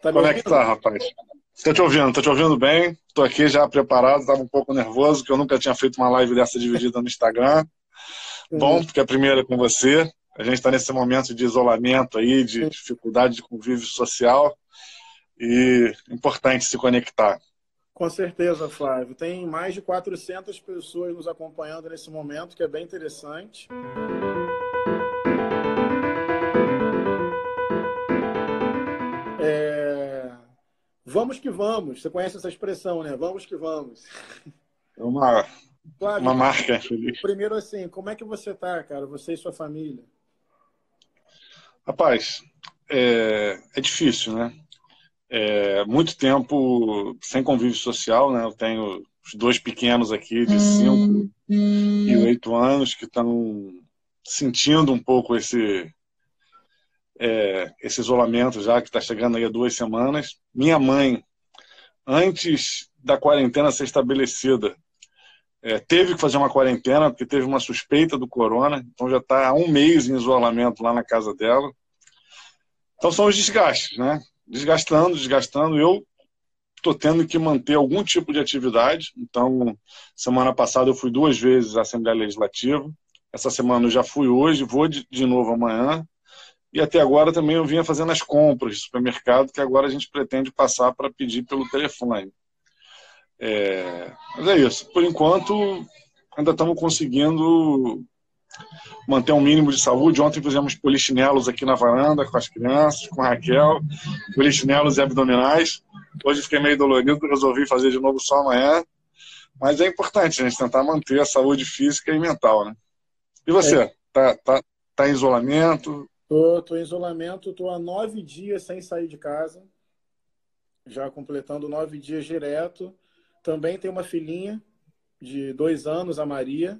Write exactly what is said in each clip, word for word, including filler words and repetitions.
Tá me Como é que tá, ouvindo? rapaz? Tô te ouvindo, tô te ouvindo bem. Tô aqui já preparado, tava um pouco nervoso, que eu nunca tinha feito uma live dessa dividida no Instagram. Hum, Bom, porque a primeira é com você. A gente está nesse momento de isolamento aí, de hum. dificuldade de convívio social e importante se conectar. Com certeza, Flávio. Tem mais de quatrocentas pessoas nos acompanhando nesse momento, que é bem interessante. É, Vamos que vamos. Você conhece essa expressão, né? Vamos que vamos. É uma, Flávio, uma marca, Felipe. primeiro assim, como é que você tá, cara? Você e sua família? Rapaz, é, é difícil, né? É muito tempo sem convívio social, né? Eu tenho os dois pequenos aqui, de cinco e oito anos, que estão sentindo um pouco esse, é, esse isolamento já, que está chegando aí há duas semanas. Minha mãe, antes da quarentena ser estabelecida, é, teve que fazer uma quarentena, porque teve uma suspeita do corona, então já está há um mês em isolamento lá na casa dela. Então são os desgastes, né? Desgastando, desgastando. Eu estou tendo que manter algum tipo de atividade. Então, semana passada eu fui duas vezes à Assembleia Legislativa. Essa semana eu já fui hoje, vou de, de novo amanhã. E até agora também eu vinha fazendo as compras de supermercado, que agora a gente pretende passar para pedir pelo telefone. É, mas é isso. Por enquanto, ainda estamos conseguindo manter um mínimo de saúde. Ontem fizemos polichinelos aqui na varanda com as crianças, com a Raquel, polichinelos e abdominais. Hoje fiquei meio dolorido, resolvi fazer de novo só amanhã. Mas é importante a gente tentar manter a saúde física e mental, né? E É, você? Tá, tá, tá em isolamento? tô, tô em isolamento, tô há nove dias sem sair de casa, já completando nove dias direto. Também tenho uma filhinha de dois anos, a Maria,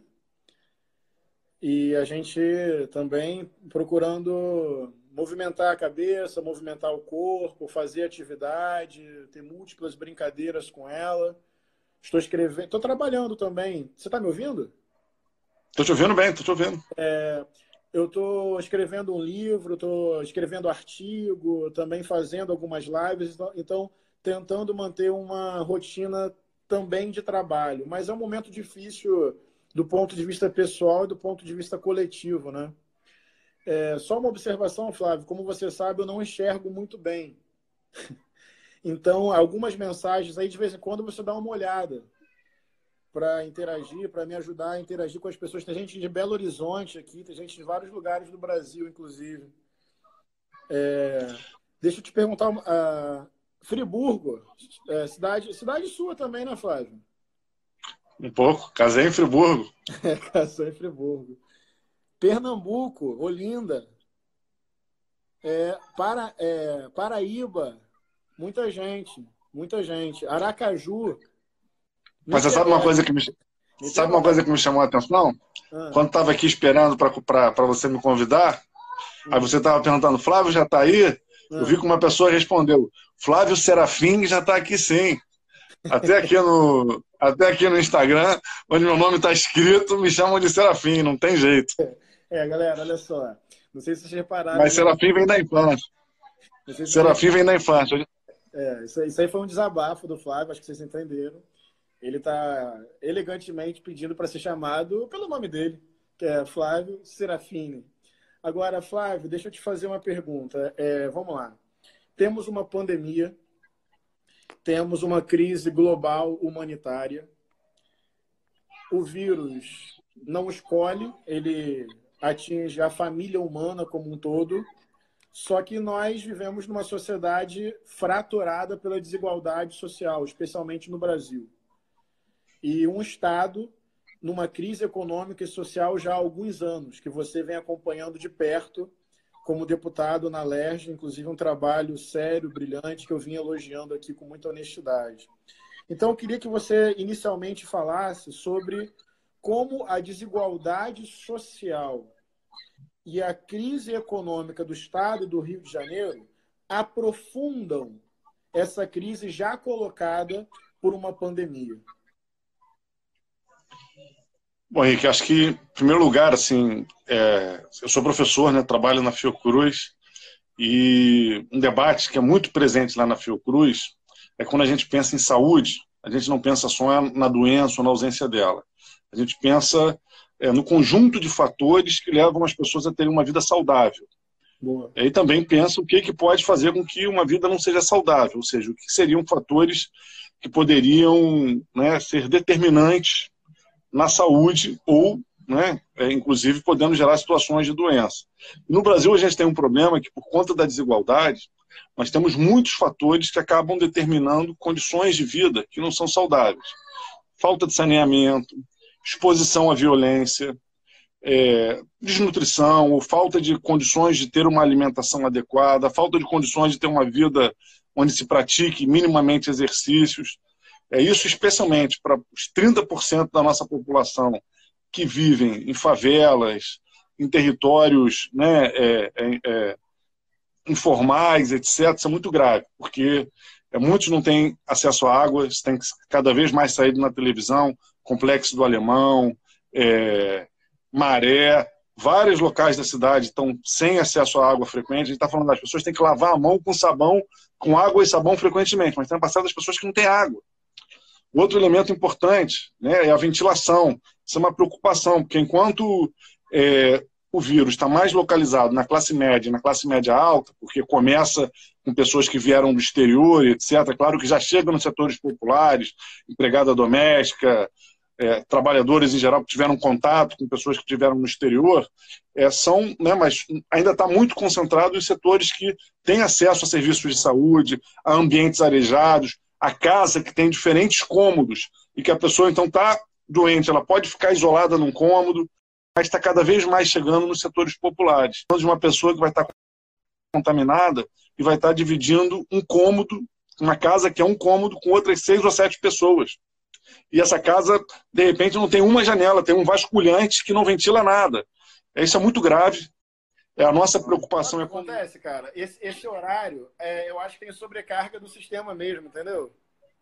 e a gente também procurando movimentar a cabeça, movimentar o corpo, fazer atividade, ter múltiplas brincadeiras com ela. Estou escrevendo, estou trabalhando também. Você está me ouvindo? Tô te ouvindo bem, tô te ouvindo. Eu estou escrevendo um livro, estou escrevendo artigo, também fazendo algumas lives, então então, tentando manter uma rotina também de trabalho. Mas é um momento difícil do ponto de vista pessoal e do ponto de vista coletivo, né? É só uma observação, Flávio, como você sabe, eu não enxergo muito bem. Então, algumas mensagens aí, de vez em quando, você dá uma olhada para interagir, para me ajudar a interagir com as pessoas. Tem gente de Belo Horizonte aqui, tem gente de vários lugares do Brasil, inclusive. Deixa eu te perguntar, uh, Friburgo, é, cidade, cidade sua também, né, Flávio? Um pouco. Casei em Friburgo. É, casou em Friburgo. Pernambuco, Olinda, é, para, é, Paraíba, muita gente, muita gente. Aracaju, Mas você sabe uma Niterói, coisa que me, sabe uma Niterói. coisa que me chamou a atenção? Ah, Quando estava aqui esperando para você me convidar, aí hum, você estava perguntando, Flávio já está aí? Eu vi ah. que uma pessoa respondeu, Flávio Serafim já está aqui sim. Até aqui no, até aqui no Instagram, onde meu nome está escrito, me chamam de Serafim, não tem jeito. É, galera, olha só. Não sei se vocês repararam, Mas mas Serafim vem da infância. não sei se vocês Serafim vem da infância. É, isso, aí- isso aí foi um desabafo do Flávio, acho que vocês entenderam. Ele está elegantemente pedindo para ser chamado pelo nome dele, que é Flávio Serafini. Agora, Flávio, deixa eu te fazer uma pergunta. É, vamos lá. Temos uma pandemia, temos uma crise global humanitária. O vírus não escolhe, ele atinge a família humana como um todo. Só que nós vivemos numa sociedade fraturada pela desigualdade social, especialmente no Brasil. E um Estado numa crise econômica e social já há alguns anos, que você vem acompanhando de perto como deputado na Lerj, inclusive um trabalho sério, brilhante, que eu vim elogiando aqui com muita honestidade. Então, eu queria que você inicialmente falasse sobre como a desigualdade social e a crise econômica do Estado e do Rio de Janeiro aprofundam essa crise já colocada por uma pandemia. Bom, Henrique, acho que, em primeiro lugar, assim, é, eu sou professor, né, trabalho na Fiocruz, E um debate que é muito presente lá na Fiocruz é quando a gente pensa em saúde, a gente não pensa só na doença ou na ausência dela. A gente pensa é, no conjunto de fatores que levam as pessoas a terem uma vida saudável. Boa. E aí também pensa o que, que pode fazer com que uma vida não seja saudável, ou seja, o que seriam fatores que poderiam, né, ser determinantes na saúde ou, né, é, inclusive, podendo gerar situações de doença. E no Brasil, a gente tem um problema que, por conta da desigualdade, nós temos muitos fatores que acabam determinando condições de vida que não são saudáveis. Falta de saneamento, exposição à violência, é, desnutrição, ou falta de condições de ter uma alimentação adequada, falta de condições de ter uma vida onde se pratique minimamente exercícios. É isso especialmente para os trinta por cento da nossa população que vivem em favelas, em territórios, né, é, é, é, informais, etcétera. Isso é muito grave, porque é, muitos não têm acesso à água, isso tem que cada vez mais saído na televisão, Complexo do Alemão, é, Maré, vários locais da cidade estão sem acesso à água frequente. A gente está falando das pessoas que têm que lavar a mão com sabão, com água e sabão frequentemente, mas tem passado das pessoas que não têm água. Outro elemento importante, né, é a ventilação. Isso é uma preocupação, porque enquanto é, o vírus está mais localizado na classe média, na classe média alta, porque começa com pessoas que vieram do exterior, etcétera. Claro que já chega nos setores populares, empregada doméstica, é, trabalhadores em geral que tiveram contato com pessoas que estiveram no exterior, é, são, né, mas ainda está muito concentrado em setores que têm acesso a serviços de saúde, a ambientes arejados, a casa que tem diferentes cômodos e que a pessoa então está doente, ela pode ficar isolada num cômodo, mas está cada vez mais chegando nos setores populares. De uma pessoa que vai estar contaminada e vai estar dividindo um cômodo, uma casa que é um cômodo com outras seis ou sete pessoas. E essa casa, de repente, não tem uma janela, tem um vasculhante que não ventila nada. Isso é muito grave. É, a nossa preocupação é com... O que acontece, cara? Esse, esse horário, é, eu acho que tem sobrecarga do sistema mesmo, entendeu?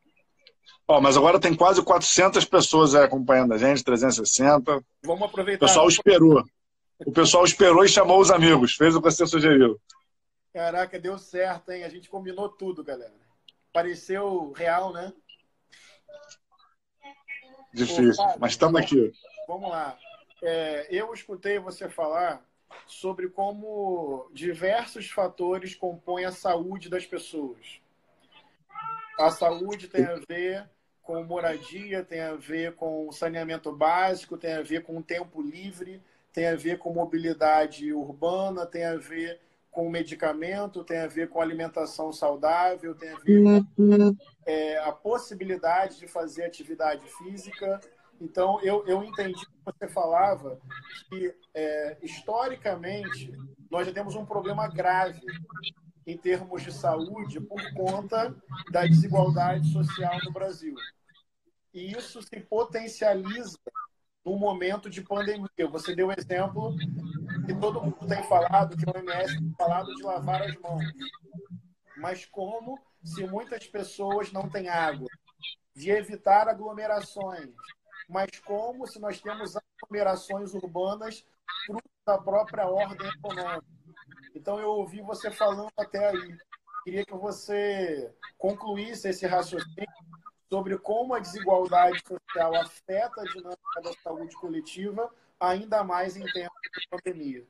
Ó, mas agora tem quase quatrocentas pessoas aí acompanhando a gente, trezentos e sessenta. Vamos aproveitar. O pessoal esperou. O pessoal esperou e chamou os amigos. Fez o que você sugeriu. Caraca, deu certo, hein? A gente combinou tudo, galera. Pareceu real, né? Difícil, Ô, mas estamos aqui. Vamos lá. É, eu escutei você falar sobre como diversos fatores compõem a saúde das pessoas. A saúde tem a ver com moradia, tem a ver com saneamento básico, tem a ver com tempo livre, tem a ver com mobilidade urbana, tem a ver com medicamento, tem a ver com alimentação saudável, tem a ver com é, a possibilidade de fazer atividade física. Então, eu, eu entendi que você falava que, é, historicamente, nós já temos um problema grave em termos de saúde por conta da desigualdade social no Brasil. E isso se potencializa no momento de pandemia. Você deu o exemplo que todo mundo tem falado, que o O M S tem falado de lavar as mãos. Mas como se muitas pessoas não têm água? De evitar aglomerações. Mas como se nós temos aglomerações urbanas fruto da própria ordem econômica? Então, eu ouvi você falando até aí. Queria que você concluísse esse raciocínio sobre como a desigualdade social afeta a dinâmica da saúde coletiva, ainda mais em tempos de pandemia.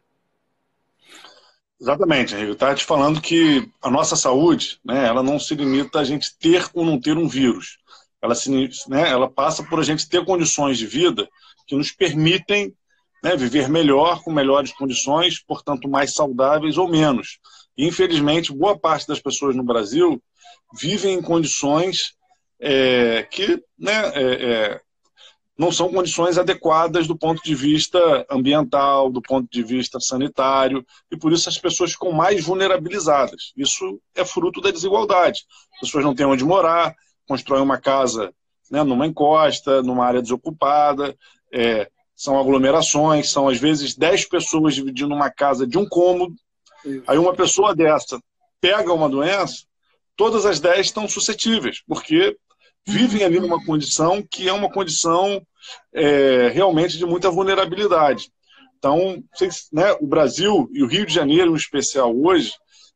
Exatamente, Henrique. Eu estava te falando que a nossa saúde, né, ela não se limita a gente ter ou não ter um vírus. Ela, se, né, ela passa por a gente ter condições de vida que nos permitem, né, viver melhor, com melhores condições, portanto mais saudáveis ou menos. E, infelizmente, boa parte das pessoas no Brasil vivem em condições é, que, né, é, é, não são condições adequadas do ponto de vista ambiental, do ponto de vista sanitário, e por isso as pessoas ficam mais vulnerabilizadas. Isso é fruto da desigualdade. As pessoas não têm onde morar, constroem uma casa, né, numa encosta, numa área desocupada, é, são aglomerações, são às vezes dez pessoas dividindo uma casa de um cômodo. Isso. Aí uma pessoa dessa pega uma doença, todas as dez estão suscetíveis, porque vivem ali numa condição que é uma condição é, realmente de muita vulnerabilidade. Então, vocês, né, o Brasil e o Rio de Janeiro, em especial hoje,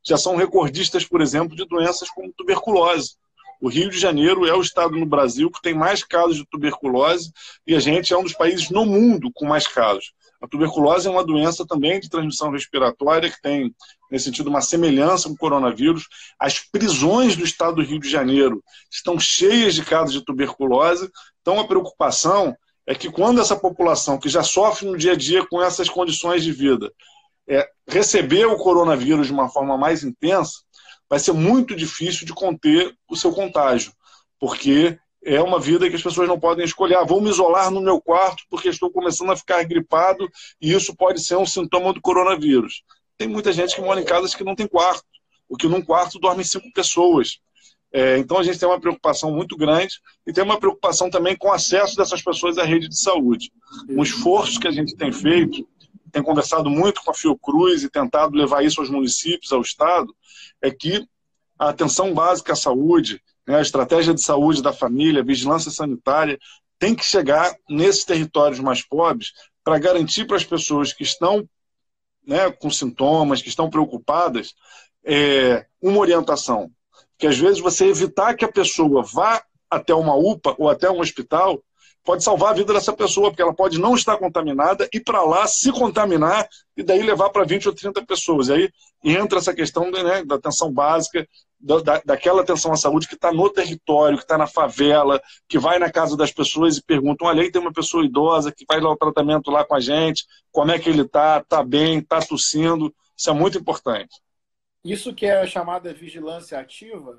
já são recordistas, por exemplo, de doenças como tuberculose. O Rio de Janeiro é o estado no Brasil que tem mais casos de tuberculose e a gente é um dos países no mundo com mais casos. A tuberculose é uma doença também de transmissão respiratória que tem, nesse sentido, uma semelhança com o coronavírus. As prisões do estado do Rio de Janeiro estão cheias de casos de tuberculose. Então, a preocupação é que quando essa população, que já sofre no dia a dia com essas condições de vida, é, receber o coronavírus de uma forma mais intensa, vai ser muito difícil de conter o seu contágio, porque é uma vida que as pessoas não podem escolher. Ah, vou me isolar no meu quarto porque estou começando a ficar gripado e isso pode ser um sintoma do coronavírus. Tem muita gente que mora em casas que não tem quarto, porque num quarto dormem cinco pessoas. É, então a gente tem uma preocupação muito grande e tem uma preocupação também com o acesso dessas pessoas à rede de saúde. Um esforço que a gente tem feito, tem conversado muito com a Fiocruz e tentado levar isso aos municípios, ao Estado, é que a atenção básica à saúde, né, a estratégia de saúde da família, a vigilância sanitária, tem que chegar nesses territórios mais pobres para garantir para as pessoas que estão, né, com sintomas, que estão preocupadas, é, uma orientação. Que às vezes você evitar que a pessoa vá até uma U P A ou até um hospital pode salvar a vida dessa pessoa, porque ela pode não estar contaminada, ir para lá, se contaminar, e daí levar para vinte ou trinta pessoas. E aí entra essa questão, né, da atenção básica, da, daquela atenção à saúde que está no território, que está na favela, que vai na casa das pessoas e perguntam, olha, aí tem uma pessoa idosa que faz lá o tratamento lá com a gente, como é que ele está, está bem, está tossindo, isso é muito importante. Isso que é a chamada vigilância ativa?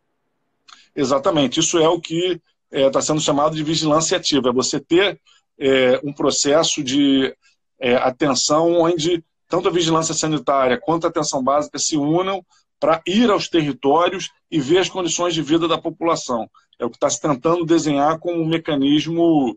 Exatamente, isso é o que está é, sendo chamado de vigilância ativa, é você ter é, um processo de é, atenção onde tanto a vigilância sanitária quanto a atenção básica se unam para ir aos territórios e ver as condições de vida da população. É o que está se tentando desenhar como um mecanismo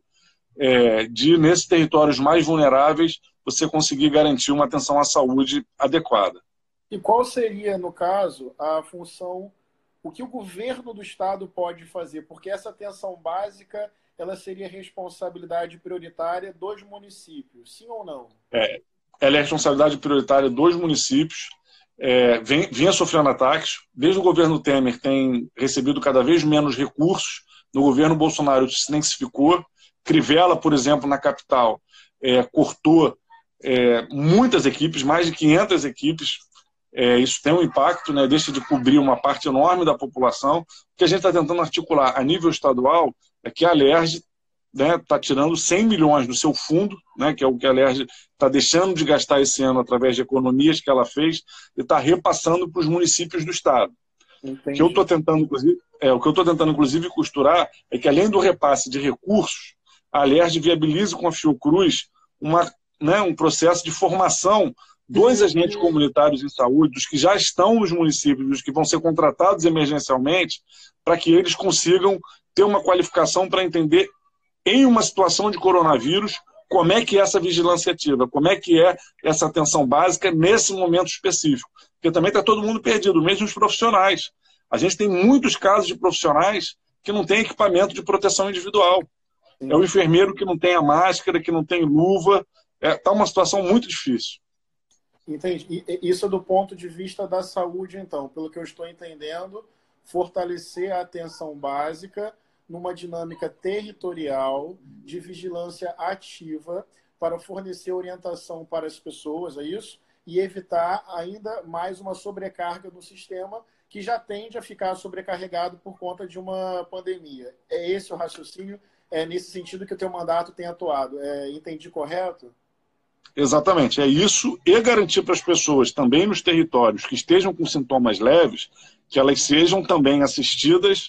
é, de, nesses territórios mais vulneráveis, você conseguir garantir uma atenção à saúde adequada. E qual seria, no caso, a função, o que o governo do estado pode fazer? Porque essa atenção básica, ela seria responsabilidade prioritária dos municípios, sim ou não? É, ela é responsabilidade prioritária dos municípios, é, vem, vinha sofrendo ataques, desde o governo Temer tem recebido cada vez menos recursos, no governo Bolsonaro isso se intensificou, Crivella, por exemplo, na capital, é, cortou é, muitas equipes, mais de quinhentas equipes. É, isso tem um impacto, né, deixa de cobrir uma parte enorme da população. O que a gente está tentando articular a nível estadual é que a Alerj está, né, tirando cem milhões do seu fundo, né, que é o que a Alerj está deixando de gastar esse ano através de economias que ela fez, e está repassando para os municípios do estado. O que eu estou tentando, inclusive, é, o que eu estou tentando, inclusive, costurar é que, além do repasse de recursos, a Alerj viabilize com a Fiocruz uma, né, um processo de formação dos agentes comunitários em saúde, dos que já estão nos municípios, dos que vão ser contratados emergencialmente, para que eles consigam ter uma qualificação para entender, em uma situação de coronavírus, como é que é essa vigilância ativa, como é que é essa atenção básica nesse momento específico. Porque também está todo mundo perdido, mesmo os profissionais. A gente tem muitos casos de profissionais que não têm equipamento de proteção individual. Sim. É o enfermeiro que não tem a máscara, que não tem luva. Está é, uma situação muito difícil. Entendi. E isso é do ponto de vista da saúde, então. Pelo que eu estou entendendo, fortalecer a atenção básica numa dinâmica territorial de vigilância ativa para fornecer orientação para as pessoas, é isso? E evitar ainda mais uma sobrecarga no sistema que já tende a ficar sobrecarregado por conta de uma pandemia. É esse o raciocínio? É nesse sentido que o teu mandato tem atuado. É, entendi correto? Exatamente, é isso, e garantir para as pessoas também nos territórios que estejam com sintomas leves, que elas sejam também assistidas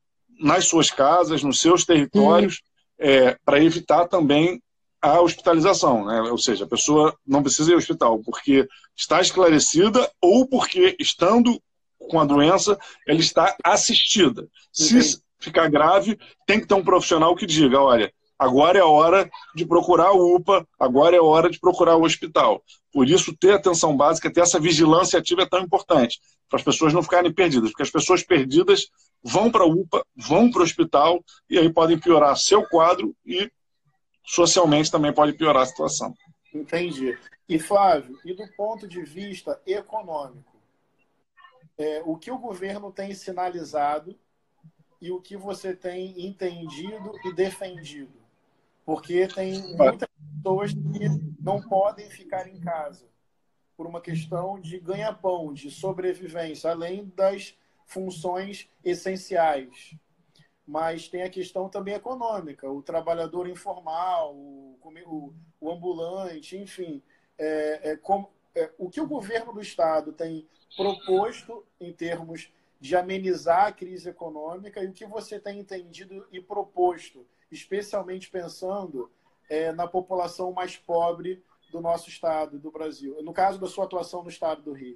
nas suas casas, nos seus territórios, hum. é, para evitar também a hospitalização, né? Ou seja, a pessoa não precisa ir ao hospital porque está esclarecida ou porque, estando com a doença, ela está assistida. Entendi. Se ficar grave, tem que ter um profissional que diga, olha, agora é a hora de procurar a U P A, agora é a hora de procurar o hospital. Por isso, ter atenção básica, ter essa vigilância ativa é tão importante, para as pessoas não ficarem perdidas, porque as pessoas perdidas vão para a U P A, vão para o hospital, e aí podem piorar seu quadro e, socialmente, também pode piorar a situação. Entendi. E, Flávio, e do ponto de vista econômico? é, o que o governo tem sinalizado e o que você tem entendido e defendido. Porque tem muitas pessoas que não podem ficar em casa por uma questão de ganha-pão, de sobrevivência, além das funções essenciais. Mas tem a questão também econômica, o trabalhador informal, o, o, o ambulante, enfim. É, é, com, é, o que o governo do Estado tem proposto em termos de amenizar a crise econômica e o que você tem entendido e proposto, especialmente pensando é, na população mais pobre do nosso estado, do Brasil, no caso da sua atuação no estado do Rio?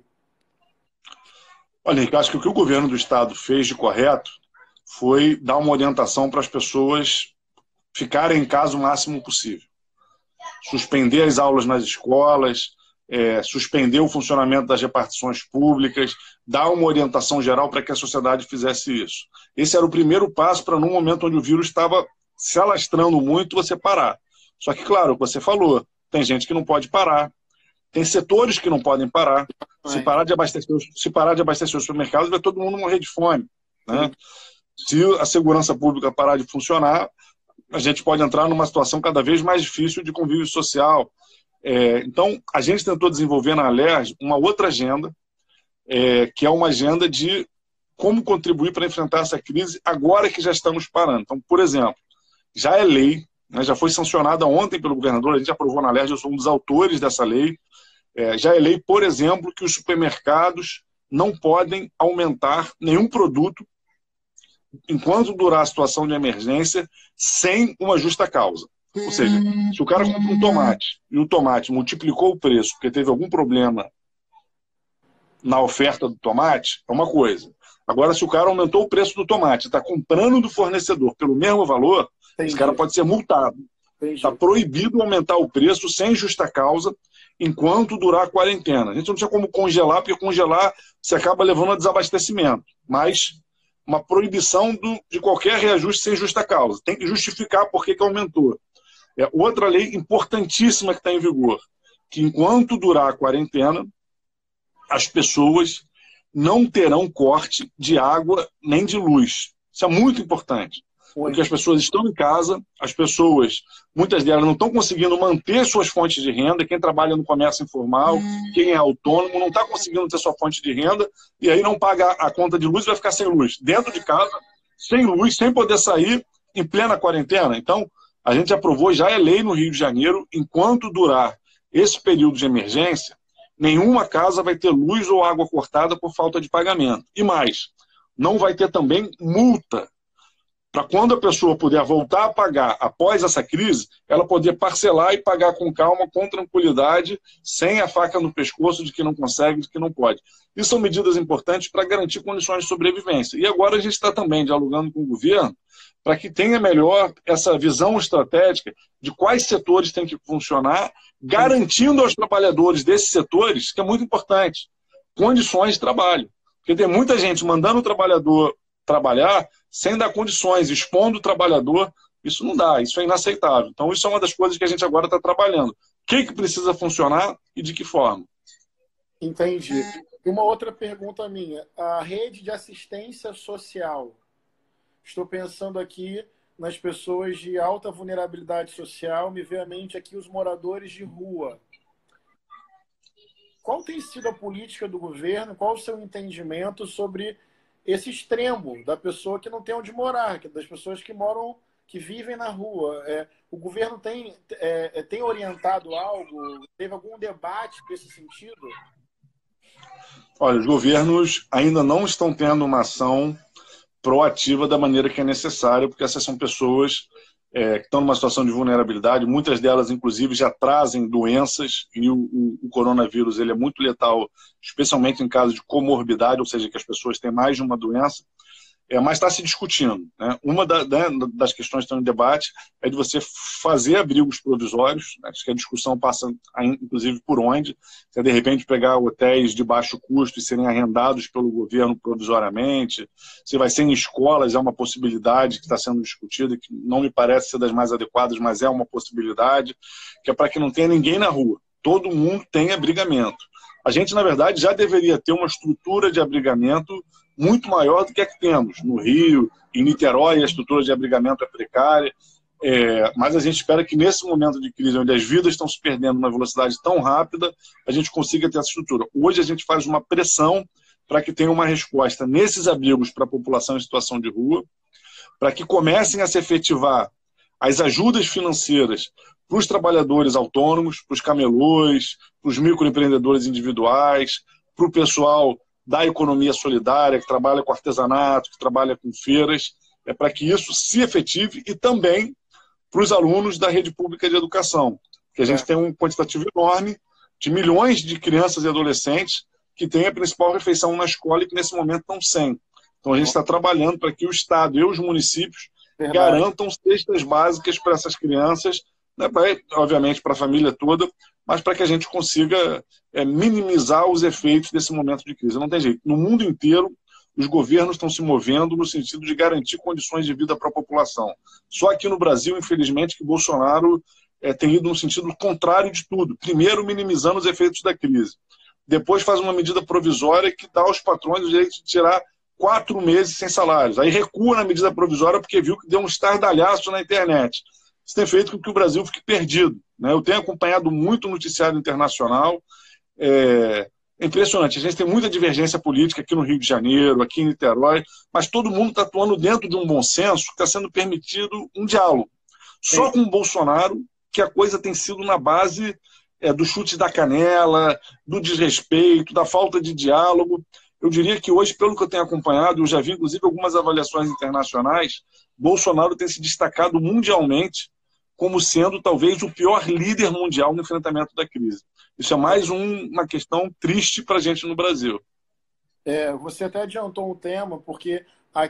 Olha, Henrique, acho que o que o governo do estado fez de correto foi dar uma orientação para as pessoas ficarem em casa o máximo possível. Suspender as aulas nas escolas, é, suspender o funcionamento das repartições públicas, dar uma orientação geral para que a sociedade fizesse isso. Esse era o primeiro passo para, num momento onde o vírus estava se alastrando muito, você parar. Só que, claro, o que você falou, tem gente que não pode parar, tem setores que não podem parar. Se parar de abastecer, se parar de abastecer os supermercados, vai todo mundo morrer de fome, né? Se a segurança pública parar de funcionar, a gente pode entrar numa situação cada vez mais difícil de convívio social. É, então, a gente tentou desenvolver na Alerj uma outra agenda, é, que é uma agenda de como contribuir para enfrentar essa crise agora que já estamos parando. Então, por exemplo, já é lei, né, já foi sancionada ontem pelo governador, a gente aprovou na Alerj, eu sou um dos autores dessa lei. É, já é lei, por exemplo, que os supermercados não podem aumentar nenhum produto enquanto durar a situação de emergência sem uma justa causa. Ou seja, se o cara comprou um tomate e o tomate multiplicou o preço porque teve algum problema na oferta do tomate, é uma coisa. Agora, se o cara aumentou o preço do tomate e está comprando do fornecedor pelo mesmo valor, Entendi. Esse cara pode ser multado. Está proibido aumentar o preço sem justa causa enquanto durar a quarentena. A gente não tinha como congelar, porque congelar você acaba levando a desabastecimento. Mas uma proibição do, de qualquer reajuste sem justa causa. Tem que justificar por que que aumentou. É outra lei importantíssima que está em vigor, que enquanto durar a quarentena, as pessoas não terão corte de água nem de luz. Isso é muito importante. Porque as pessoas estão em casa, as pessoas, muitas delas não estão conseguindo manter suas fontes de renda, quem trabalha no comércio informal, hum. quem é autônomo, não está conseguindo ter sua fonte de renda, e aí não paga a conta de luz e vai ficar sem luz. Dentro de casa, sem luz, sem poder sair, em plena quarentena. Então, a gente aprovou, já é lei no Rio de Janeiro, enquanto durar esse período de emergência, nenhuma casa vai ter luz ou água cortada por falta de pagamento. E mais, não vai ter também multa, para quando a pessoa puder voltar a pagar após essa crise, ela poder parcelar e pagar com calma, com tranquilidade, sem a faca no pescoço de que não consegue, de que não pode. Isso são medidas importantes para garantir condições de sobrevivência. E agora a gente está também dialogando com o governo para que tenha melhor essa visão estratégica de quais setores têm que funcionar, garantindo aos trabalhadores desses setores, que é muito importante, condições de trabalho. Porque tem muita gente mandando o trabalhador trabalhar sem dar condições, expondo o trabalhador, isso não dá, isso é inaceitável. Então isso é uma das coisas que a gente agora está trabalhando. O que, que precisa funcionar e de que forma? Entendi. E uma outra pergunta minha, a rede de assistência social, estou pensando aqui nas pessoas de alta vulnerabilidade social, me veio à mente aqui os moradores de rua. Qual tem sido a política do governo, qual o seu entendimento sobre esse extremo da pessoa que não tem onde morar, das pessoas que moram, que vivem na rua? É, o governo tem, é, tem orientado algo? Teve algum debate nesse sentido? Olha, os governos ainda não estão tendo uma ação proativa da maneira que é necessária, porque essas são pessoas é, que estão numa situação de vulnerabilidade, muitas delas, inclusive, já trazem doenças, e o, o, o coronavírus ele é muito letal, especialmente em caso de comorbidade, ou seja, que as pessoas têm mais de uma doença, é, mas está se discutindo, né? Uma da, da, das questões que estão em debate é de você fazer abrigos provisórios, né? Acho que a discussão passa, inclusive, por onde, se é, de repente, pegar hotéis de baixo custo e serem arrendados pelo governo provisoriamente, se vai ser em escolas, é uma possibilidade que está sendo discutida, que não me parece ser das mais adequadas, mas é uma possibilidade, que é para que não tenha ninguém na rua, todo mundo tem abrigamento. A gente, na verdade, já deveria ter uma estrutura de abrigamento muito maior do que a que temos. No Rio, em Niterói, a estrutura de abrigamento é precária. É, mas a gente espera que nesse momento de crise, onde as vidas estão se perdendo numa velocidade tão rápida, a gente consiga ter essa estrutura. Hoje a gente faz uma pressão para que tenha uma resposta nesses abrigos para a população em situação de rua, para que comecem a se efetivar as ajudas financeiras para os trabalhadores autônomos, para os camelôs, para os microempreendedores individuais, para o pessoal da economia solidária, que trabalha com artesanato, que trabalha com feiras, é para que isso se efetive, e também para os alunos da rede pública de educação, que a gente é. tem um quantitativo enorme de milhões de crianças e adolescentes que têm a principal refeição na escola e que nesse momento estão sem. Então a gente está trabalhando para que o Estado e os municípios Verdade. garantam cestas básicas para essas crianças, né, pra, obviamente para a família toda, mas para que a gente consiga é, minimizar os efeitos desse momento de crise. Não tem jeito. No mundo inteiro, os governos estão se movendo no sentido de garantir condições de vida para a população. Só aqui no Brasil, infelizmente, que Bolsonaro é, tem ido no sentido contrário de tudo. Primeiro, minimizando os efeitos da crise. Depois faz uma medida provisória que dá aos patrões o direito de tirar quatro meses sem salários. Aí recua na medida provisória porque viu que deu um estardalhaço na internet. Isso tem feito com que o Brasil fique perdido, né? Eu tenho acompanhado muito o noticiário internacional. É... É impressionante, a gente tem muita divergência política aqui no Rio de Janeiro, aqui em Niterói, mas todo mundo está atuando dentro de um bom senso que está sendo permitido um diálogo. Só Sim. com o Bolsonaro que a coisa tem sido na base é, do chute da canela, do desrespeito, da falta de diálogo. Eu diria que hoje, pelo que eu tenho acompanhado, eu já vi inclusive algumas avaliações internacionais, Bolsonaro tem se destacado mundialmente como sendo talvez o pior líder mundial no enfrentamento da crise. Isso é mais um, uma questão triste para a gente no Brasil. É, você até adiantou um tema, porque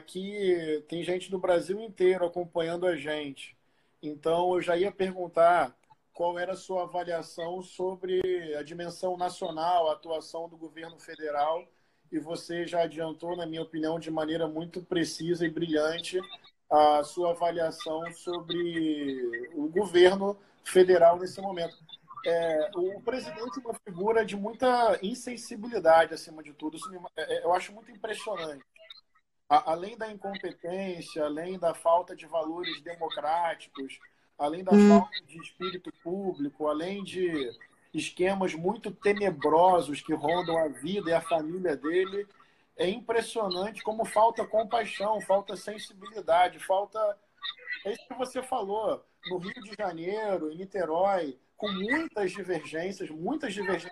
aqui tem gente do Brasil inteiro acompanhando a gente. Então, eu já ia perguntar qual era a sua avaliação sobre a dimensão nacional, a atuação do governo federal, e você já adiantou, na minha opinião, de maneira muito precisa e brilhante, a sua avaliação sobre o governo federal nesse momento. É, o presidente é uma figura de muita insensibilidade, acima de tudo. Isso me, é, eu acho muito impressionante. A, além da incompetência, além da falta de valores democráticos, além da hum. falta de espírito público, além de esquemas muito tenebrosos que rondam a vida e a família dele, é impressionante como falta compaixão, falta sensibilidade, falta... É isso que você falou. No Rio de Janeiro, em Niterói, com muitas divergências, muitas divergências,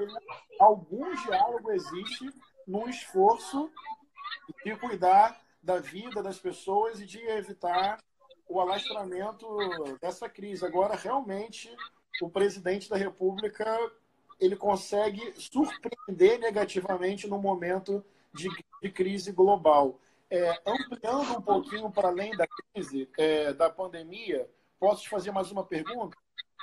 algum diálogo existe num esforço de cuidar da vida das pessoas e de evitar o alastramento dessa crise. Agora, realmente, o presidente da República ele consegue surpreender negativamente no momento de, de crise global. É, ampliando um pouquinho para além da crise, é, da pandemia, posso te fazer mais uma pergunta?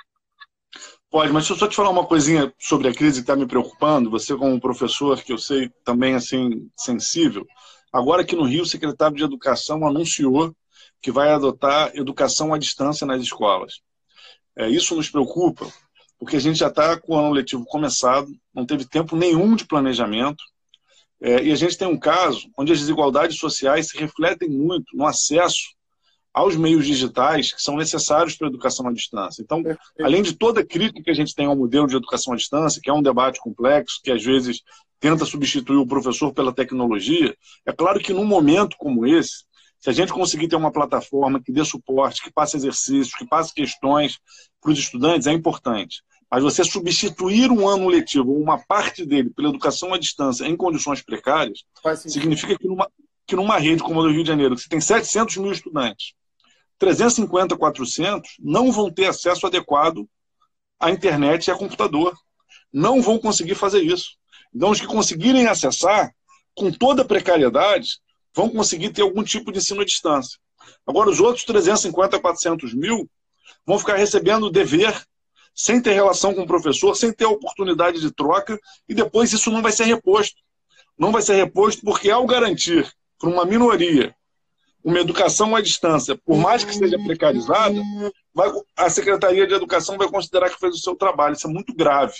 Pode, mas deixa eu só te falar uma coisinha sobre a crise que está me preocupando. Você, como professor, que eu sei também assim sensível, agora aqui no Rio, o secretário de Educação anunciou que vai adotar educação à distância nas escolas. É, isso nos preocupa, porque a gente já está com o ano letivo começado, não teve tempo nenhum de planejamento, é, e a gente tem um caso onde as desigualdades sociais se refletem muito no acesso aos meios digitais que são necessários para a educação à distância. Então, além de toda a crítica que a gente tem ao modelo de educação à distância, que é um debate complexo, que às vezes tenta substituir o professor pela tecnologia, é claro que num momento como esse, se a gente conseguir ter uma plataforma que dê suporte, que passe exercícios, que passe questões para os estudantes, é importante. Mas você substituir um ano letivo, ou uma parte dele, pela educação à distância em condições precárias, significa que numa, que numa rede como a do Rio de Janeiro, que você tem setecentos mil estudantes, trezentos e cinquenta, quatrocentos não vão ter acesso adequado à internet e a computador. Não vão conseguir fazer isso. Então, os que conseguirem acessar, com toda a precariedade, vão conseguir ter algum tipo de ensino à distância. Agora, os outros trezentos e cinquenta, quatrocentos mil vão ficar recebendo dever, sem ter relação com o professor, sem ter oportunidade de troca, e depois isso não vai ser reposto. Não vai ser reposto porque, ao garantir para uma minoria uma educação à distância, por mais que seja precarizada, vai, a Secretaria de Educação vai considerar que fez o seu trabalho. Isso é muito grave.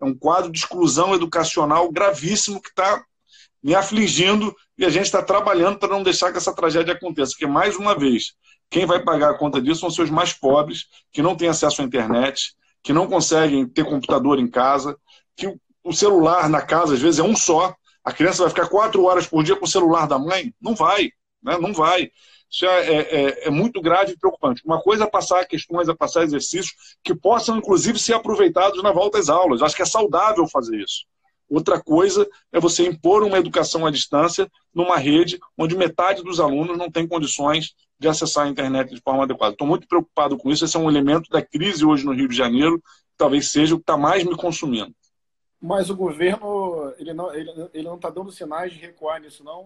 É um quadro de exclusão educacional gravíssimo que está me afligindo e a gente está trabalhando para não deixar que essa tragédia aconteça. Porque, mais uma vez, quem vai pagar a conta disso são os seus mais pobres, que não têm acesso à internet, que não conseguem ter computador em casa, que o celular na casa, às vezes, é um só. A criança vai ficar quatro horas por dia com o celular da mãe? Não vai, né? Não vai. Isso é, é, é muito grave e preocupante. Uma coisa é passar questões, é passar exercícios que possam, inclusive, ser aproveitados na volta às aulas. Eu acho que é saudável fazer isso. Outra coisa é você impor uma educação à distância numa rede onde metade dos alunos não tem condições de acessar a internet de forma adequada. Estou muito preocupado com isso. Esse é um elemento da crise hoje no Rio de Janeiro, que talvez seja o que está mais me consumindo. Mas o governo ele não ele, ele não está dando sinais de recuar nisso, não?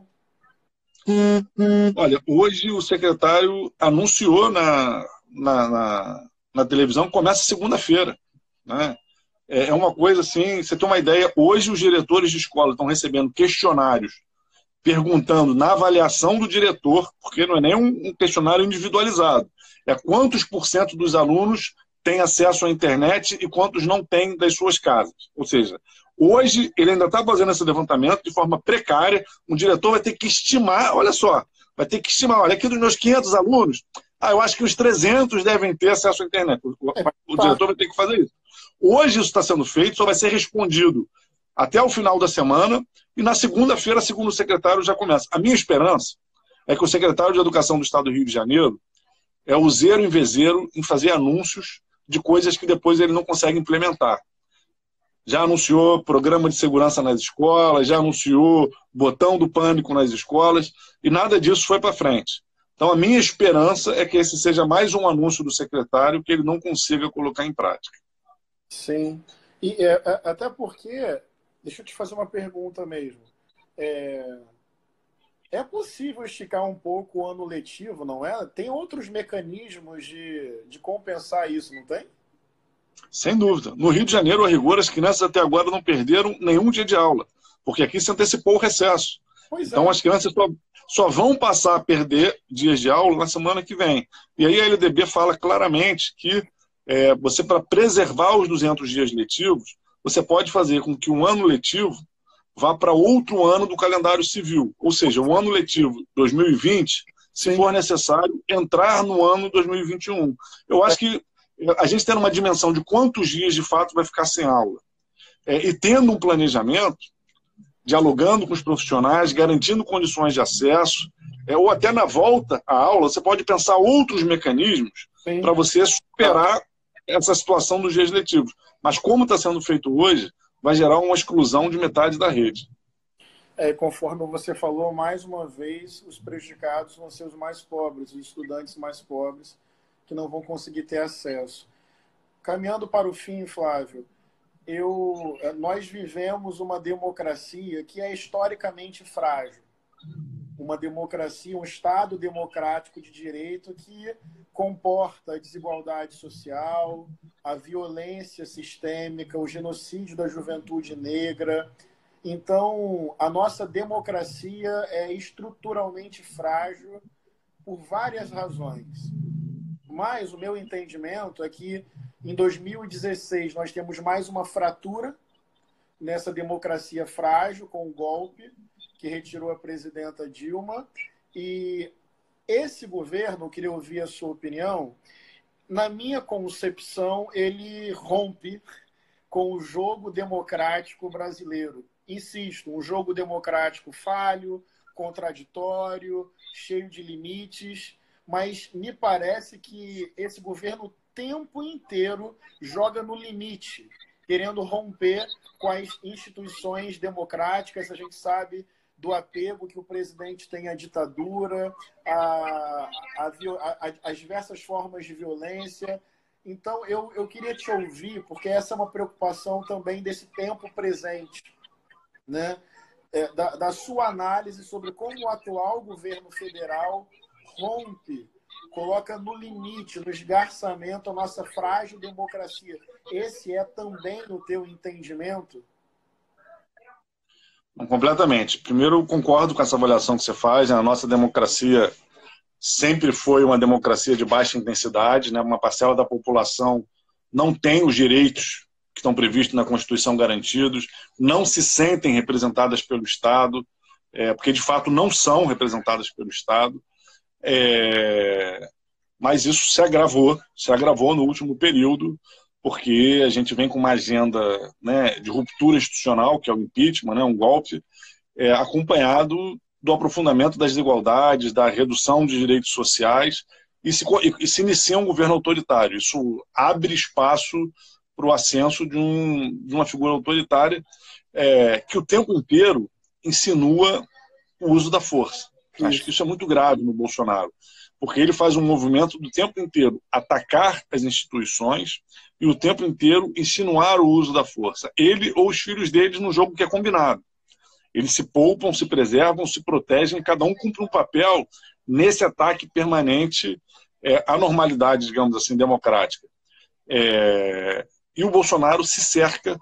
Olha, hoje o secretário anunciou na, na, na, na televisão que começa segunda-feira, né? É uma coisa assim, você tem uma ideia, hoje os diretores de escola estão recebendo questionários perguntando na avaliação do diretor, porque não é nem um questionário individualizado, é quantos por cento dos alunos têm acesso à internet e quantos não têm das suas casas. Ou seja, hoje ele ainda está fazendo esse levantamento de forma precária, um diretor vai ter que estimar, olha só, vai ter que estimar, olha, aqui dos meus quinhentos alunos, ah, eu acho que os trezentos devem ter acesso à internet. O, o, o diretor vai ter que fazer isso. Hoje isso está sendo feito, só vai ser respondido até o final da semana e na segunda-feira, segundo o secretário, já começa. A minha esperança é que o secretário de Educação do Estado do Rio de Janeiro é o zero em vezeiro em fazer anúncios de coisas que depois ele não consegue implementar. Já anunciou programa de segurança nas escolas, já anunciou botão do pânico nas escolas e nada disso foi para frente. Então a minha esperança é que esse seja mais um anúncio do secretário que ele não consiga colocar em prática. Sim. E é, até porque, deixa eu te fazer uma pergunta mesmo. É, é possível esticar um pouco o ano letivo, não é? Tem outros mecanismos de, de compensar isso, não tem? Sem dúvida. No Rio de Janeiro, a rigor, as crianças até agora não perderam nenhum dia de aula, porque aqui se antecipou o recesso. Pois então é. as crianças só, só vão passar a perder dias de aula na semana que vem. E aí a L D B fala claramente que É, você, para preservar os duzentos dias letivos, você pode fazer com que um ano letivo vá para outro ano do calendário civil. Ou seja, o ano letivo dois mil e vinte, se Sim. for necessário, entrar no ano dois mil e vinte e um. Eu acho que a gente tendo uma dimensão de quantos dias de fato vai ficar sem aula, é, e tendo um planejamento, dialogando com os profissionais, garantindo condições de acesso, é, ou até na volta à aula, você pode pensar outros mecanismos para você superar essa situação dos dias letivos. Mas como está sendo feito hoje, vai gerar uma exclusão de metade da rede. É, conforme você falou, mais uma vez, os prejudicados vão ser os mais pobres, os estudantes mais pobres, que não vão conseguir ter acesso. Caminhando para o fim, Flávio, eu, nós vivemos uma democracia que é historicamente frágil. Uma democracia, um Estado democrático de direito que comporta a desigualdade social, a violência sistêmica, o genocídio da juventude negra. Então, a nossa democracia é estruturalmente frágil por várias razões. Mas o meu entendimento é que, em dois mil e dezesseis, nós temos mais uma fratura nessa democracia frágil, com o golpe que retirou a presidenta Dilma. E esse governo, eu queria ouvir a sua opinião, na minha concepção, ele rompe com o jogo democrático brasileiro. Insisto, um jogo democrático falho, contraditório, cheio de limites, mas me parece que esse governo o tempo inteiro joga no limite, querendo romper com as instituições democráticas. A gente sabe do apego que o presidente tem à ditadura, a, a, a, as diversas formas de violência. Então, eu, eu queria te ouvir, porque essa é uma preocupação também desse tempo presente, né? É, da, da sua análise sobre como o atual governo federal rompe, coloca no limite, no esgarçamento, a nossa frágil democracia. Esse é também o teu entendimento? Completamente. Primeiro, eu concordo com essa avaliação que você faz. A nossa democracia sempre foi uma democracia de baixa intensidade, né? Uma parcela da população não tem os direitos que estão previstos na Constituição garantidos, não se sentem representadas pelo Estado, é, porque de fato não são representadas pelo Estado. É, mas isso se agravou, se agravou no último período, porque a gente vem com uma agenda, né, de ruptura institucional, que é o impeachment, né, um golpe, é, acompanhado do aprofundamento das desigualdades, da redução de direitos sociais, e se, e se inicia um governo autoritário. Isso abre espaço para o ascenso de, um, de uma figura autoritária é, que o tempo inteiro insinua o uso da força. Isso. Acho que isso é muito grave no Bolsonaro, porque ele faz um movimento do tempo inteiro atacar as instituições e o tempo inteiro insinuar o uso da força. Ele ou os filhos deles num jogo que é combinado. Eles se poupam, se preservam, se protegem, cada um cumpre um papel nesse ataque permanente é, à normalidade, digamos assim, democrática. É, e o Bolsonaro se cerca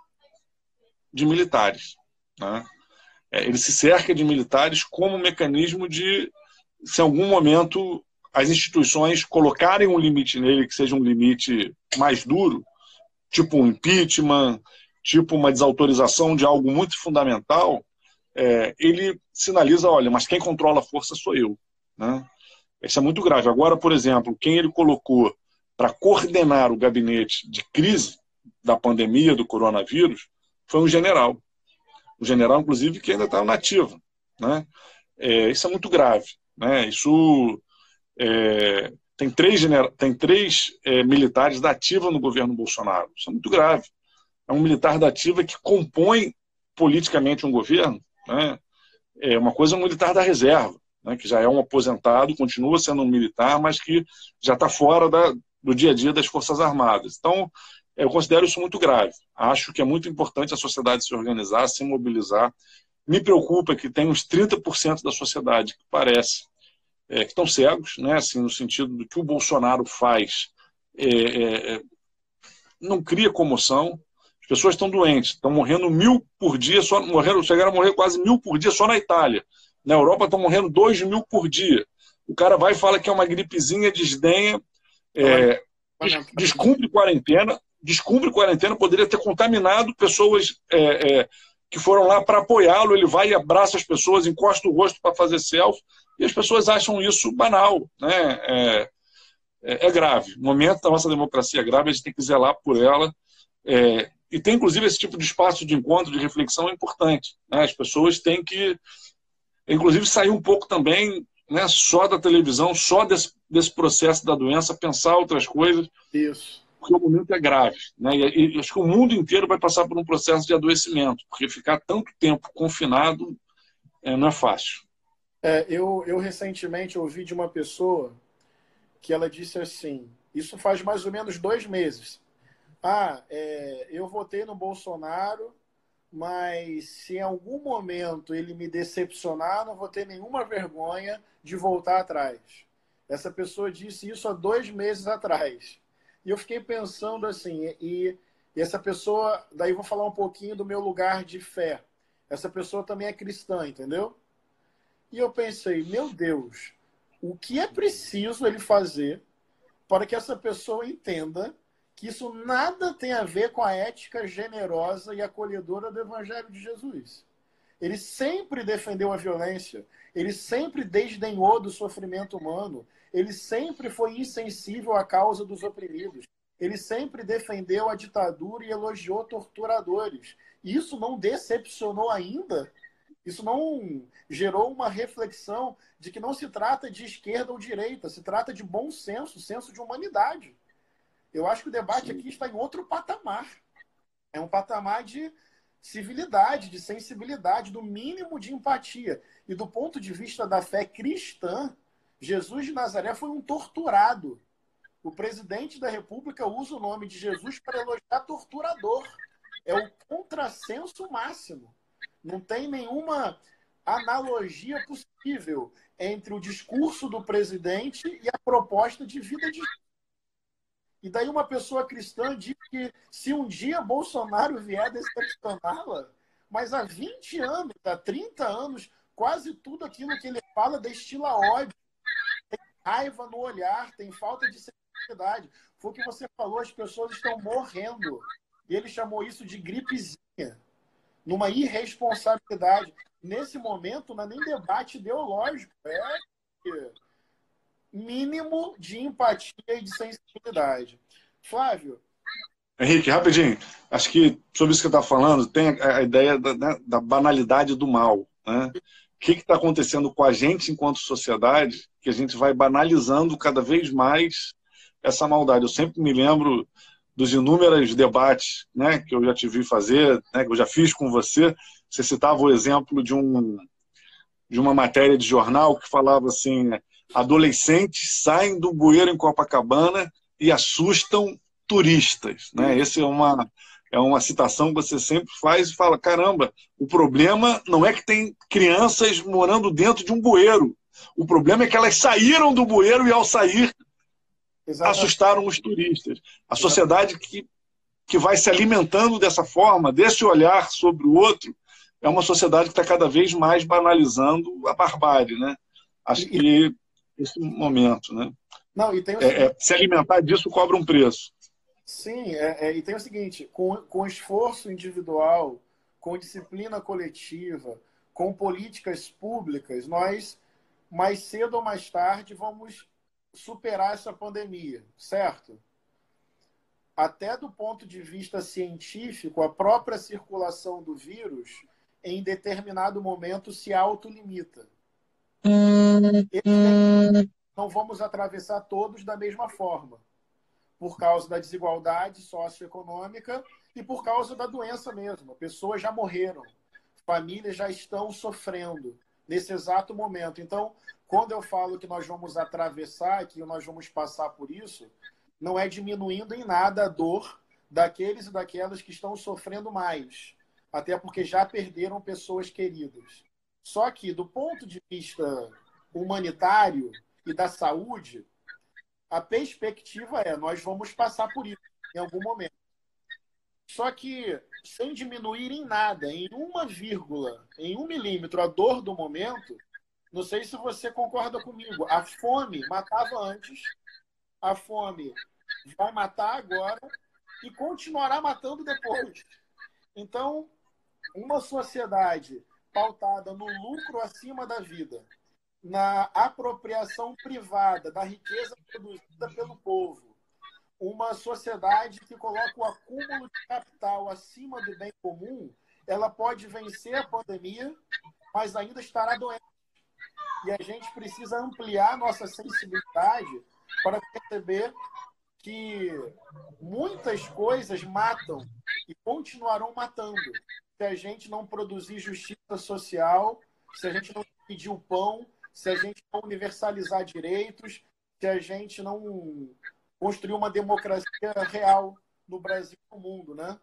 de militares, né? É, ele se cerca de militares como mecanismo de, se em algum momento as instituições colocarem um limite nele, que seja um limite mais duro, tipo um impeachment, tipo uma desautorização de algo muito fundamental, é, ele sinaliza, olha, mas quem controla a força sou eu, né? Isso é muito grave. Agora, por exemplo, quem ele colocou para coordenar o gabinete de crise da pandemia do coronavírus foi um general. O general, inclusive, que ainda está na ativa, né? É, isso é muito grave, né? Isso é, tem três, genera... tem três é, militares da ativa no governo Bolsonaro. Isso é muito grave. É um militar da ativa que compõe politicamente um governo, né? É uma coisa é um militar da reserva, né? Que já é um aposentado, continua sendo um militar, mas que já está fora da, do dia a dia das Forças Armadas. Então, eu considero isso muito grave. Acho que é muito importante a sociedade se organizar, se mobilizar. Me preocupa que tem uns trinta por cento da sociedade que parece é, que estão cegos, né? Assim, no sentido do que o Bolsonaro faz é, é, não cria comoção. As pessoas estão doentes, estão morrendo mil por dia, só, morreram, chegaram a morrer quase mil por dia só na Itália. Na Europa estão morrendo dois mil por dia. O cara vai e fala que é uma gripezinha, desdenha, é, descumpre quarentena, descumpre quarentena, poderia ter contaminado pessoas é, é, que foram lá para apoiá-lo. Ele vai e abraça as pessoas, encosta o rosto para fazer selfie, e as pessoas acham isso banal, né? É, é, é grave. O momento da nossa democracia é grave, a gente tem que zelar por ela. É, e tem, inclusive, esse tipo de espaço de encontro, de reflexão é importante, né? As pessoas têm que, inclusive, sair um pouco também, né, só da televisão, só desse, desse processo da doença, pensar outras coisas. Isso. Porque o momento é grave, né? E, e acho que o mundo inteiro vai passar por um processo de adoecimento, porque ficar tanto tempo confinado é, não é fácil. É, eu, eu recentemente ouvi de uma pessoa que ela disse assim, isso faz mais ou menos dois meses. Ah, é, eu votei no Bolsonaro, mas se em algum momento ele me decepcionar, não vou ter nenhuma vergonha de voltar atrás. Essa pessoa disse isso há dois meses atrás. E eu fiquei pensando assim, e, e essa pessoa, daí vou falar um pouquinho do meu lugar de fé. Essa pessoa também é cristã, entendeu? E eu pensei, meu Deus, o que é preciso ele fazer para que essa pessoa entenda que isso nada tem a ver com a ética generosa e acolhedora do Evangelho de Jesus. Ele sempre defendeu a violência, ele sempre desdenhou do sofrimento humano, ele sempre foi insensível à causa dos oprimidos, ele sempre defendeu a ditadura e elogiou torturadores. E isso não decepcionou ainda? Isso não gerou uma reflexão de que não se trata de esquerda ou direita, se trata de bom senso, senso de humanidade. Eu acho que o debate aqui está em outro patamar. É um patamar de civilidade, de sensibilidade, do mínimo de empatia. E do ponto de vista da fé cristã, Jesus de Nazaré foi um torturado. O presidente da República usa o nome de Jesus para elogiar torturador. É o contrassenso máximo. Não tem nenhuma analogia possível entre o discurso do presidente e a proposta de vida de Jesus. E daí uma pessoa cristã diz que se um dia Bolsonaro vier decepcioná-la, mas há vinte anos, há trinta anos, quase tudo aquilo que ele fala destila ódio, tem raiva no olhar, tem falta de sensibilidade. Foi o que você falou, as pessoas estão morrendo. E ele chamou isso de gripezinha, numa irresponsabilidade. Nesse momento, não é nem debate ideológico, é mínimo de empatia e de sensibilidade. Flávio? Henrique, rapidinho. Acho que sobre isso que você está falando, tem a, a ideia da, né, da banalidade do mal. Né? O que está acontecendo com a gente enquanto sociedade, que a gente vai banalizando cada vez mais essa maldade. Eu sempre me lembro dos inúmeros debates, né, que eu já te vi fazer, né, que eu já fiz com você. Você citava o exemplo de, um, de uma matéria de jornal que falava assim, adolescentes saem do bueiro em Copacabana e assustam turistas. Né? Essa é uma, é uma citação que você sempre faz e fala, caramba, o problema não é que tem crianças morando dentro de um bueiro. O problema é que elas saíram do bueiro e, ao sair, Exatamente. assustaram os turistas. A sociedade que, que vai se alimentando dessa forma, desse olhar sobre o outro, é uma sociedade que está cada vez mais banalizando a barbárie. Né? Acho que esse momento, né? Não, e tem o é, é, se alimentar disso cobra um preço. Sim, é, é, e tem o seguinte, com, com esforço individual, com disciplina coletiva, com políticas públicas, nós, mais cedo ou mais tarde, vamos superar essa pandemia, certo? Até do ponto de vista científico, a própria circulação do vírus, em determinado momento, se autolimita. Não vamos atravessar todos da mesma forma, por causa da desigualdade socioeconômica e por causa da doença mesmo. Pessoas já morreram, famílias já estão sofrendo nesse exato momento. Então, quando eu falo que nós vamos atravessar, que nós vamos passar por isso, não é diminuindo em nada a dor daqueles e daquelas que estão sofrendo mais, até porque já perderam pessoas queridas. Só que, do ponto de vista humanitário e da saúde, a perspectiva é, nós vamos passar por isso em algum momento. Só que, sem diminuir em nada, em uma vírgula, em um milímetro, a dor do momento, não sei se você concorda comigo, a fome matava antes, a fome vai matar agora e continuará matando depois. Então, uma sociedade pautada no lucro acima da vida, na apropriação privada da riqueza produzida pelo povo, uma sociedade que coloca o acúmulo de capital acima do bem comum, ela pode vencer a pandemia, mas ainda estará doente. E a gente precisa ampliar nossa sensibilidade para perceber que muitas coisas matam e continuarão matando. Se a gente não produzir justiça social, se a gente não pedir o pão, se a gente não universalizar direitos, se a gente não construir uma democracia real no Brasil e no mundo, né?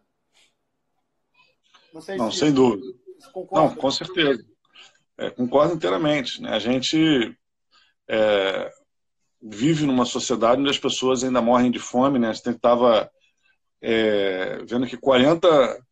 Não, sei não se sem dúvida. Não, com certeza. É, concordo inteiramente. Né? A gente é, vive numa sociedade onde as pessoas ainda morrem de fome. Né? A gente estava é, vendo que quarenta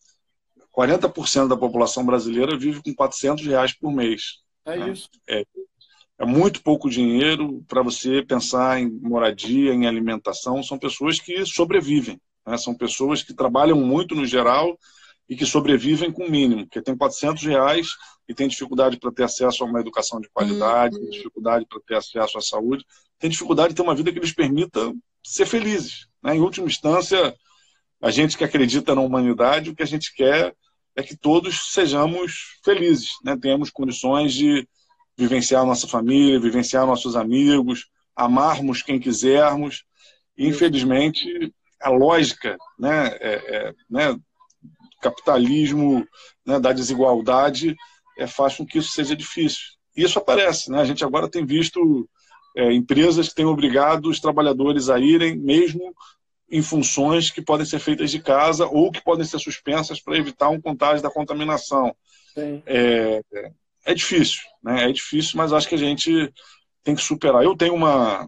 por cento da população brasileira vive com quatrocentos reais por mês. É né? isso. É, é muito pouco dinheiro para você pensar em moradia, em alimentação. São pessoas que sobrevivem. Né? São pessoas que trabalham muito no geral e que sobrevivem com o mínimo, porque tem quatrocentos reais e tem dificuldade para ter acesso a uma educação de qualidade, tem dificuldade para ter acesso à saúde, tem dificuldade de ter uma vida que lhes permita ser felizes. Né? Em última instância, a gente que acredita na humanidade, o que a gente quer é que todos sejamos felizes, né? Tenhamos condições de vivenciar nossa família, vivenciar nossos amigos, amarmos quem quisermos. E, infelizmente, a lógica, né, é, é, né, capitalismo, né, da desigualdade, é, faz com que isso seja difícil. E isso aparece. Né? A gente agora tem visto é, empresas que têm obrigado os trabalhadores a irem, mesmo em funções que podem ser feitas de casa ou que podem ser suspensas para evitar um contágio da contaminação. Sim. É, é difícil, né? É difícil, mas acho que a gente tem que superar. Eu tenho uma,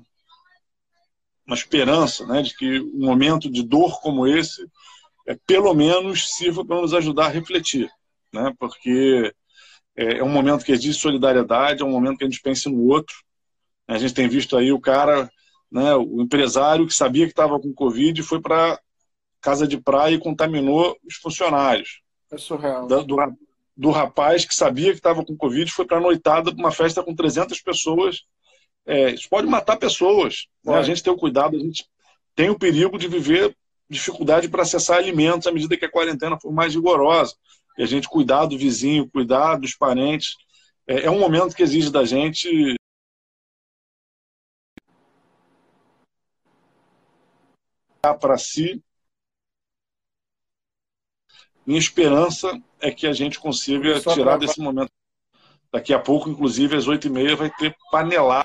uma esperança, né, de que um momento de dor como esse é, pelo menos sirva para nos ajudar a refletir, né? Porque é, é um momento que existe solidariedade, é um momento que a gente pense no outro. A gente tem visto aí o cara, né, o empresário que sabia que estava com Covid e foi para casa de praia e contaminou os funcionários. É surreal. Da, do, do rapaz que sabia que estava com Covid, foi para a noitada, uma festa com trezentas pessoas. É, isso pode matar pessoas. Né? A gente tem o cuidado, a gente tem o perigo de viver dificuldade para acessar alimentos à medida que a quarentena for mais rigorosa. E a gente cuidar do vizinho, cuidar dos parentes. É, é um momento que exige da gente para si. Minha esperança é que a gente consiga tirar desse momento. Daqui a pouco, inclusive, às oito e meia, vai ter panelaço,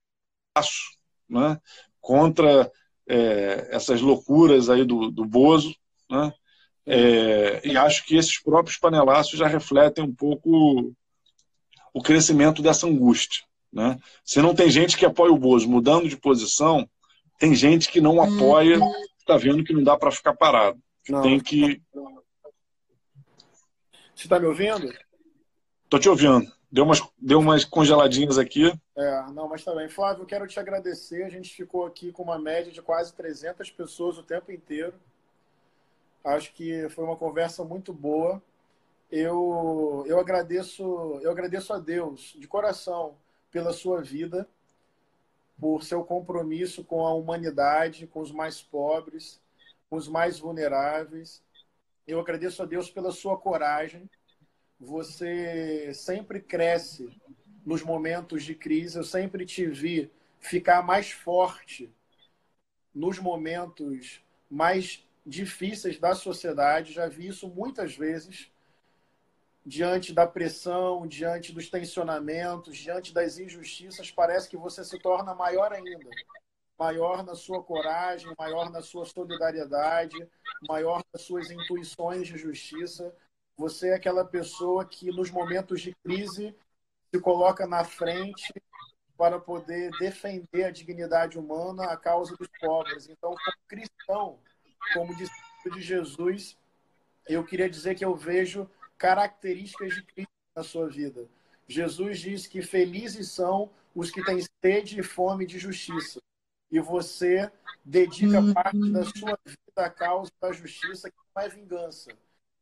né, contra é, essas loucuras aí do, do Bozo, né? É, e acho que esses próprios panelaços já refletem um pouco o crescimento dessa angústia. Né? Se não tem gente que apoia o Bozo mudando de posição, tem gente que não apoia, está vendo que não dá para ficar parado. Não. Tem que... Você está me ouvindo? Estou te ouvindo. Deu umas, deu umas congeladinhas aqui. É, não, mas tá bem. Flávio, eu quero te agradecer. A gente ficou aqui com uma média de quase trezentas pessoas o tempo inteiro. Acho que foi uma conversa muito boa. Eu, eu, agradeço, eu agradeço a Deus, de coração, pela sua vida, por seu compromisso com a humanidade, com os mais pobres, com os mais vulneráveis. Eu agradeço a Deus pela sua coragem. Você sempre cresce nos momentos de crise. Eu sempre te vi ficar mais forte nos momentos mais difíceis da sociedade. Já vi isso muitas vezes, diante da pressão, diante dos tensionamentos, diante das injustiças. Parece que você se torna maior ainda. Maior na sua coragem, maior na sua solidariedade, maior nas suas intuições de justiça. Você é aquela pessoa que, nos momentos de crise, se coloca na frente para poder defender a dignidade humana, a causa dos pobres. Então, como cristão, como discípulo de Jesus, eu queria dizer que eu vejo características de Cristo na sua vida. Jesus diz que felizes são os que têm sede e fome de justiça. E você dedica parte da sua vida à causa da justiça, que não é vingança.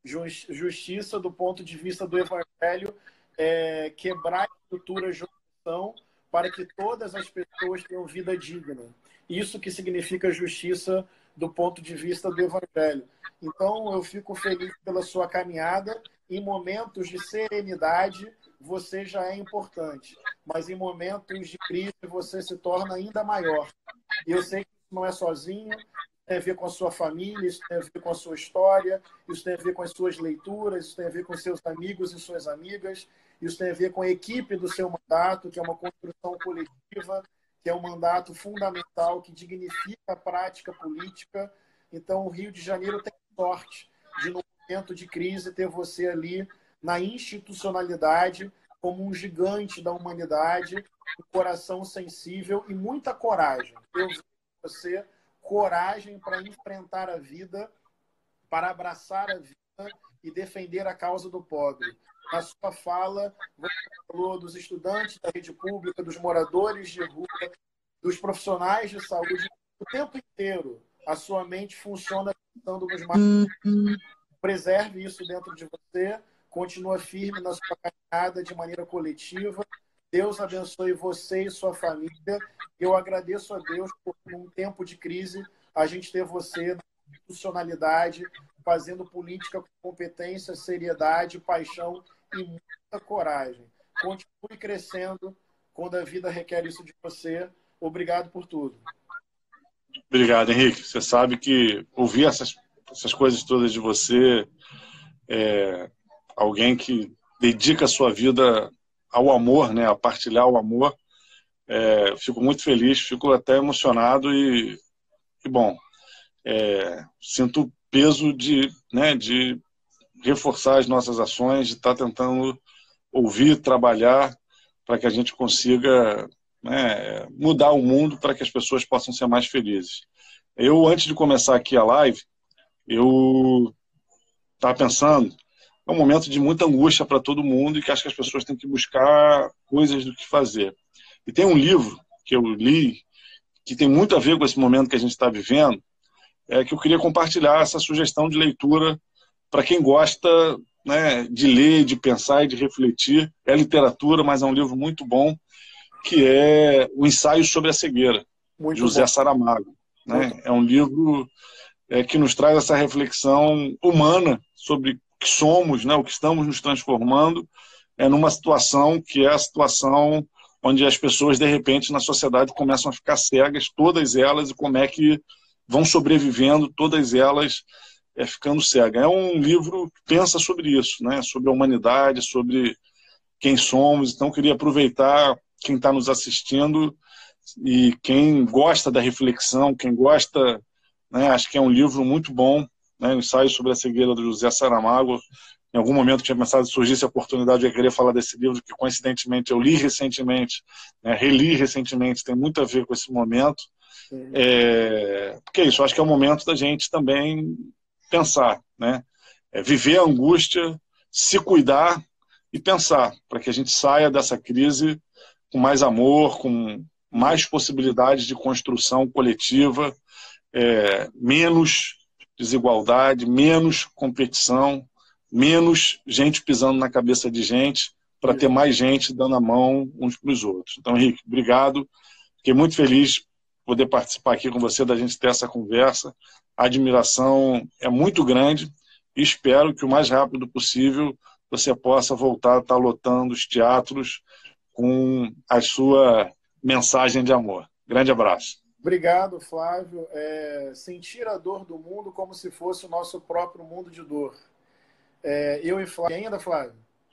Justiça, do ponto de vista do Evangelho, é quebrar a estrutura de opressão para que todas as pessoas tenham vida digna. Isso que significa justiça do ponto de vista do Evangelho. Então, eu fico feliz pela sua caminhada. Em momentos de serenidade, você já é importante. Mas em momentos de crise, você se torna ainda maior. E eu sei que isso não é sozinho. Tem a ver com a sua família, isso tem a ver com a sua história, isso tem a ver com as suas leituras, isso tem a ver com seus amigos e suas amigas, isso tem a ver com a equipe do seu mandato, que é uma construção coletiva, que é um mandato fundamental, que dignifica a prática política. Então, o Rio de Janeiro tem sorte de, no momento de crise, ter você ali na institucionalidade, como um gigante da humanidade, um coração sensível e muita coragem. Eu vejo você coragem para enfrentar a vida, para abraçar a vida e defender a causa do pobre. Na sua fala, você falou dos estudantes da rede pública, dos moradores de rua, dos profissionais de saúde. O tempo inteiro, a sua mente funciona pensando nos mais. Preserve isso dentro de você, continua firme na sua caminhada de maneira coletiva. Deus abençoe você e sua família. Eu agradeço a Deus por, num tempo de crise, a gente ter você na institucionalidade, fazendo política com competência, seriedade, paixão e muita coragem. Continue crescendo quando a vida requer isso de você. Obrigado por tudo. Obrigado, Henrique. Você sabe que ouvir essas, essas coisas todas de você, é, alguém que dedica a sua vida ao amor, né, a partilhar o amor, é, fico muito feliz, fico até emocionado e, e bom, é, sinto o peso de, né, de reforçar as nossas ações, de estar tentando ouvir, trabalhar para que a gente consiga, né, mudar o mundo para que as pessoas possam ser mais felizes. Eu, antes de começar aqui a live, eu estava pensando, é um momento de muita angústia para todo mundo e que acho que as pessoas têm que buscar coisas do que fazer. E tem um livro que eu li que tem muito a ver com esse momento que a gente está vivendo, é que eu queria compartilhar essa sugestão de leitura para quem gosta, né, de ler, de pensar e de refletir. É literatura, mas é um livro muito bom, que é O Ensaio sobre a Cegueira, de Muito José bom. Saramago. Muito... Né? É um livro é, que nos traz essa reflexão humana sobre o que somos, né, o que estamos nos transformando, é numa situação que é a situação onde as pessoas, de repente, na sociedade começam a ficar cegas, todas elas, e como é que vão sobrevivendo, todas elas é, ficando cegas. É um livro que pensa sobre isso, né? Sobre a humanidade, sobre quem somos. Então, eu queria aproveitar quem está nos assistindo e quem gosta da reflexão, quem gosta, né? Acho que é um livro muito bom, né? O Ensaio sobre a Cegueira, do José Saramago. Em algum momento tinha pensado que surgisse a oportunidade de eu querer falar desse livro, que coincidentemente eu li recentemente, né? Reli recentemente, tem muito a ver com esse momento. É, porque é isso, acho que é o momento da gente também pensar, né? É viver a angústia, se cuidar e pensar, para que a gente saia dessa crise com mais amor, com mais possibilidades de construção coletiva, é, menos desigualdade, menos competição, menos gente pisando na cabeça de gente, para ter mais gente dando a mão uns para os outros. Então, Henrique, obrigado. Fiquei muito feliz de poder participar aqui com você, da gente ter essa conversa. A admiração é muito grande e espero que o mais rápido possível você possa voltar a estar lotando os teatros com a sua mensagem de amor. Grande abraço. Obrigado, Flávio. É, sentir a dor do mundo como se fosse o nosso próprio mundo de dor. É, eu e Flávio... E ainda, Flávio?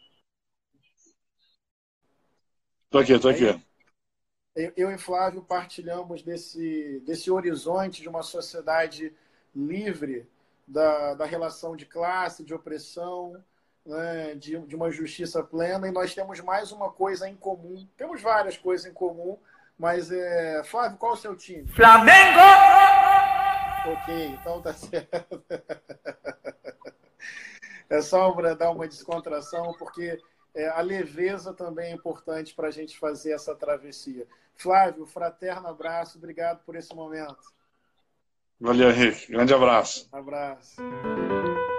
Estou aqui, estou aqui. Eu e Flávio partilhamos desse, desse horizonte de uma sociedade livre da, da relação de classe, de opressão, né, de, de uma justiça plena, e nós temos mais uma coisa em comum. Temos várias coisas em comum, mas, é... Flávio, qual é o seu time? Flamengo! Ok, então tá certo. É só para dar uma descontração, porque é, a leveza também é importante para a gente fazer essa travessia. Flávio, fraterno abraço, obrigado por esse momento. Valeu, Henrique. Grande abraço. Abraço.